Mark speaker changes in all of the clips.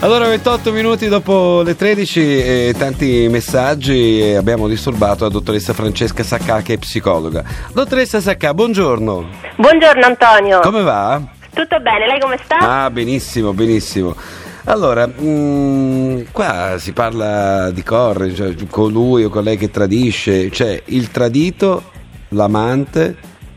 Speaker 1: Allora, 28 minuti dopo le 13 e tanti messaggi, e abbiamo disturbato la dottoressa Francesca Saccà, che è psicologa. Dottoressa Saccà, buongiorno.
Speaker 2: Buongiorno Antonio.
Speaker 1: Come va?
Speaker 2: Tutto bene, lei come sta?
Speaker 1: Ah, benissimo, benissimo. Allora, qua si parla di correre, cioè colui o colei che tradisce, cioè il tradito, l'amante,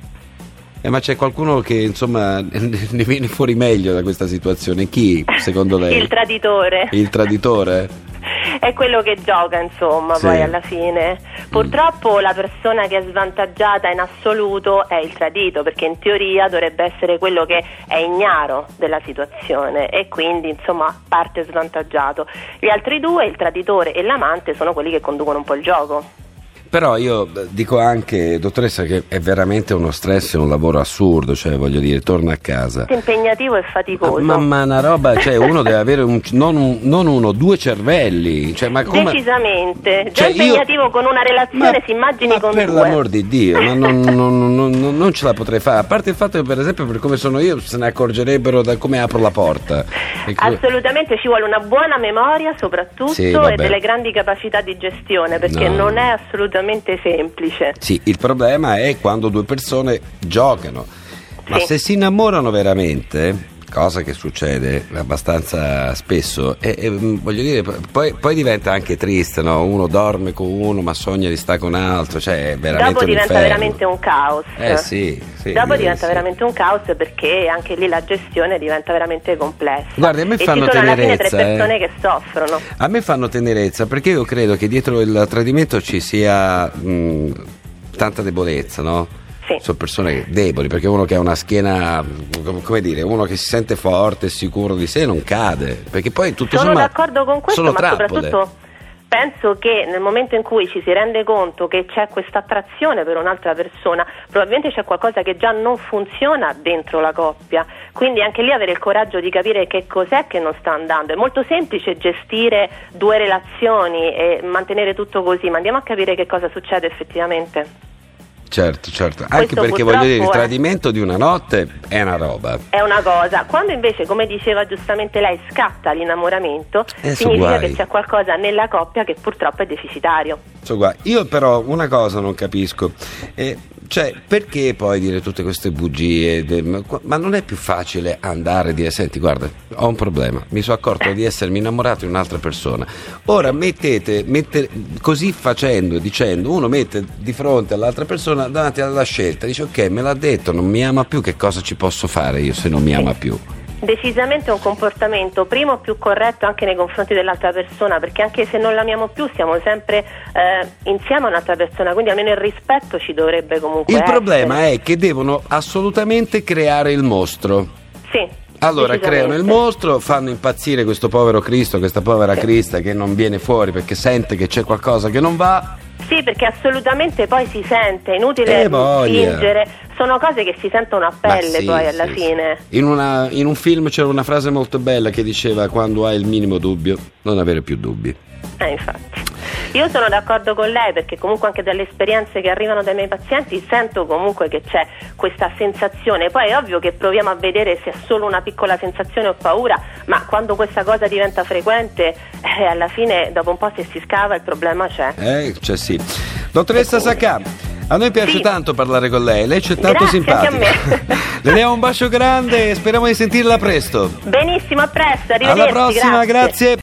Speaker 1: ma c'è qualcuno che insomma ne viene fuori meglio da questa situazione. Chi, secondo lei?
Speaker 2: Il traditore.
Speaker 1: Il traditore?
Speaker 2: È quello che gioca, insomma,
Speaker 1: Sì.
Speaker 2: poi alla fine. Purtroppo la persona che è svantaggiata in assoluto è il tradito, perché in teoria dovrebbe essere quello che è ignaro della situazione e quindi, insomma, parte svantaggiato. Gli altri due, il traditore e l'amante, sono quelli che conducono un po' il gioco.
Speaker 1: Però io dico anche, dottoressa, che è veramente uno stress e un lavoro assurdo, cioè voglio dire, torna a casa.
Speaker 2: Impegnativo e faticoso.
Speaker 1: Ma una roba, cioè uno deve avere non uno, due cervelli. Cioè, ma come...
Speaker 2: Decisamente. Già
Speaker 1: Cioè,
Speaker 2: impegnativo con una relazione, si immagini con
Speaker 1: per
Speaker 2: due.
Speaker 1: l'amor di Dio, ma non ce la potrei fare. A parte il fatto che, per esempio, per come sono io, se ne accorgerebbero da come apro la porta.
Speaker 2: Assolutamente, ci vuole una buona memoria soprattutto,
Speaker 1: Sì,
Speaker 2: e
Speaker 1: vabbè.
Speaker 2: delle grandi capacità di gestione, perché
Speaker 1: No.
Speaker 2: non è assolutamente semplice.
Speaker 1: Sì, il problema è quando due persone giocano. Ma
Speaker 2: Sì.
Speaker 1: se si innamorano veramente, cosa che succede abbastanza spesso, voglio dire, poi diventa anche triste, no? Uno dorme con uno ma sogna di stare con un altro, cioè è veramente
Speaker 2: Dopo
Speaker 1: un
Speaker 2: diventa
Speaker 1: inferno.
Speaker 2: veramente un caos.
Speaker 1: Sì,
Speaker 2: Dopo diventa
Speaker 1: sì.
Speaker 2: veramente un caos, perché anche lì la gestione diventa veramente complessa.
Speaker 1: Guardi, a me
Speaker 2: e
Speaker 1: fanno
Speaker 2: ci sono alla fine
Speaker 1: tenerezza,
Speaker 2: 3 persone che soffrono.
Speaker 1: A me fanno tenerezza, perché io credo che dietro il tradimento ci sia tanta debolezza, no?
Speaker 2: Sì.
Speaker 1: Sono persone deboli, perché uno che ha una schiena, come dire, uno che si sente forte e sicuro di sé non cade, perché poi tutto
Speaker 2: Sono
Speaker 1: sommato
Speaker 2: d'accordo con questo,
Speaker 1: sono
Speaker 2: ma
Speaker 1: trappole.
Speaker 2: soprattutto penso che nel momento in cui ci si rende conto che c'è questa attrazione per un'altra persona, probabilmente c'è qualcosa che già non funziona dentro la coppia, quindi anche lì avere il coraggio di capire che cos'è che non sta andando. È molto semplice gestire due relazioni e mantenere tutto così, ma andiamo a capire che cosa succede effettivamente.
Speaker 1: Certo, anche
Speaker 2: Questo
Speaker 1: perché voglio dire, il
Speaker 2: purtroppo
Speaker 1: tradimento di una notte è una roba.
Speaker 2: È una cosa, quando invece, come diceva giustamente lei, scatta l'innamoramento,
Speaker 1: so
Speaker 2: significa
Speaker 1: guai.
Speaker 2: che c'è qualcosa nella coppia che purtroppo è deficitario.
Speaker 1: Io però una cosa non capisco, cioè perché poi dire tutte queste bugie, ma non è più facile andare e dire: senti, guarda, ho un problema, mi sono accorto di essermi innamorato di un'altra persona, ora così facendo, dicendo, uno mette di fronte all'altra persona davanti alla scelta, dice: ok, me l'ha detto, non mi ama più, che cosa ci posso fare io se non mi ama più?
Speaker 2: Decisamente un comportamento primo più corretto anche nei confronti dell'altra persona, perché anche se non l'amiamo più siamo sempre insieme a un'altra persona, quindi almeno il rispetto ci dovrebbe comunque
Speaker 1: Il
Speaker 2: essere.
Speaker 1: problema è che devono assolutamente creare il mostro.
Speaker 2: Sì.
Speaker 1: Allora creano il
Speaker 2: decisamente.
Speaker 1: mostro, fanno impazzire questo povero Cristo, questa povera Crista che non viene fuori perché sente che c'è qualcosa che non va.
Speaker 2: Sì, perché assolutamente poi si sente, è inutile
Speaker 1: voglia.
Speaker 2: fingere, sono cose che si sentono a
Speaker 1: Ma
Speaker 2: pelle
Speaker 1: sì,
Speaker 2: poi alla
Speaker 1: sì,
Speaker 2: fine.
Speaker 1: sì. In un film c'era una frase molto bella che diceva: quando hai il minimo dubbio, non avere più dubbi.
Speaker 2: Infatti. Io sono d'accordo con lei, perché comunque anche dalle esperienze che arrivano dai miei pazienti sento comunque che c'è questa sensazione. Poi è ovvio che proviamo a vedere se è solo una piccola sensazione o paura, ma quando questa cosa diventa frequente, alla fine dopo un po' se si scava il problema c'è.
Speaker 1: Cioè sì. Dottoressa Saccà, a noi piace
Speaker 2: Sì.
Speaker 1: tanto parlare con lei c'è tanto
Speaker 2: Grazie,
Speaker 1: simpatica.
Speaker 2: anche a me.
Speaker 1: Le diamo un bacio grande e speriamo di sentirla presto.
Speaker 2: Benissimo, a presto, arrivederci.
Speaker 1: Alla prossima, grazie.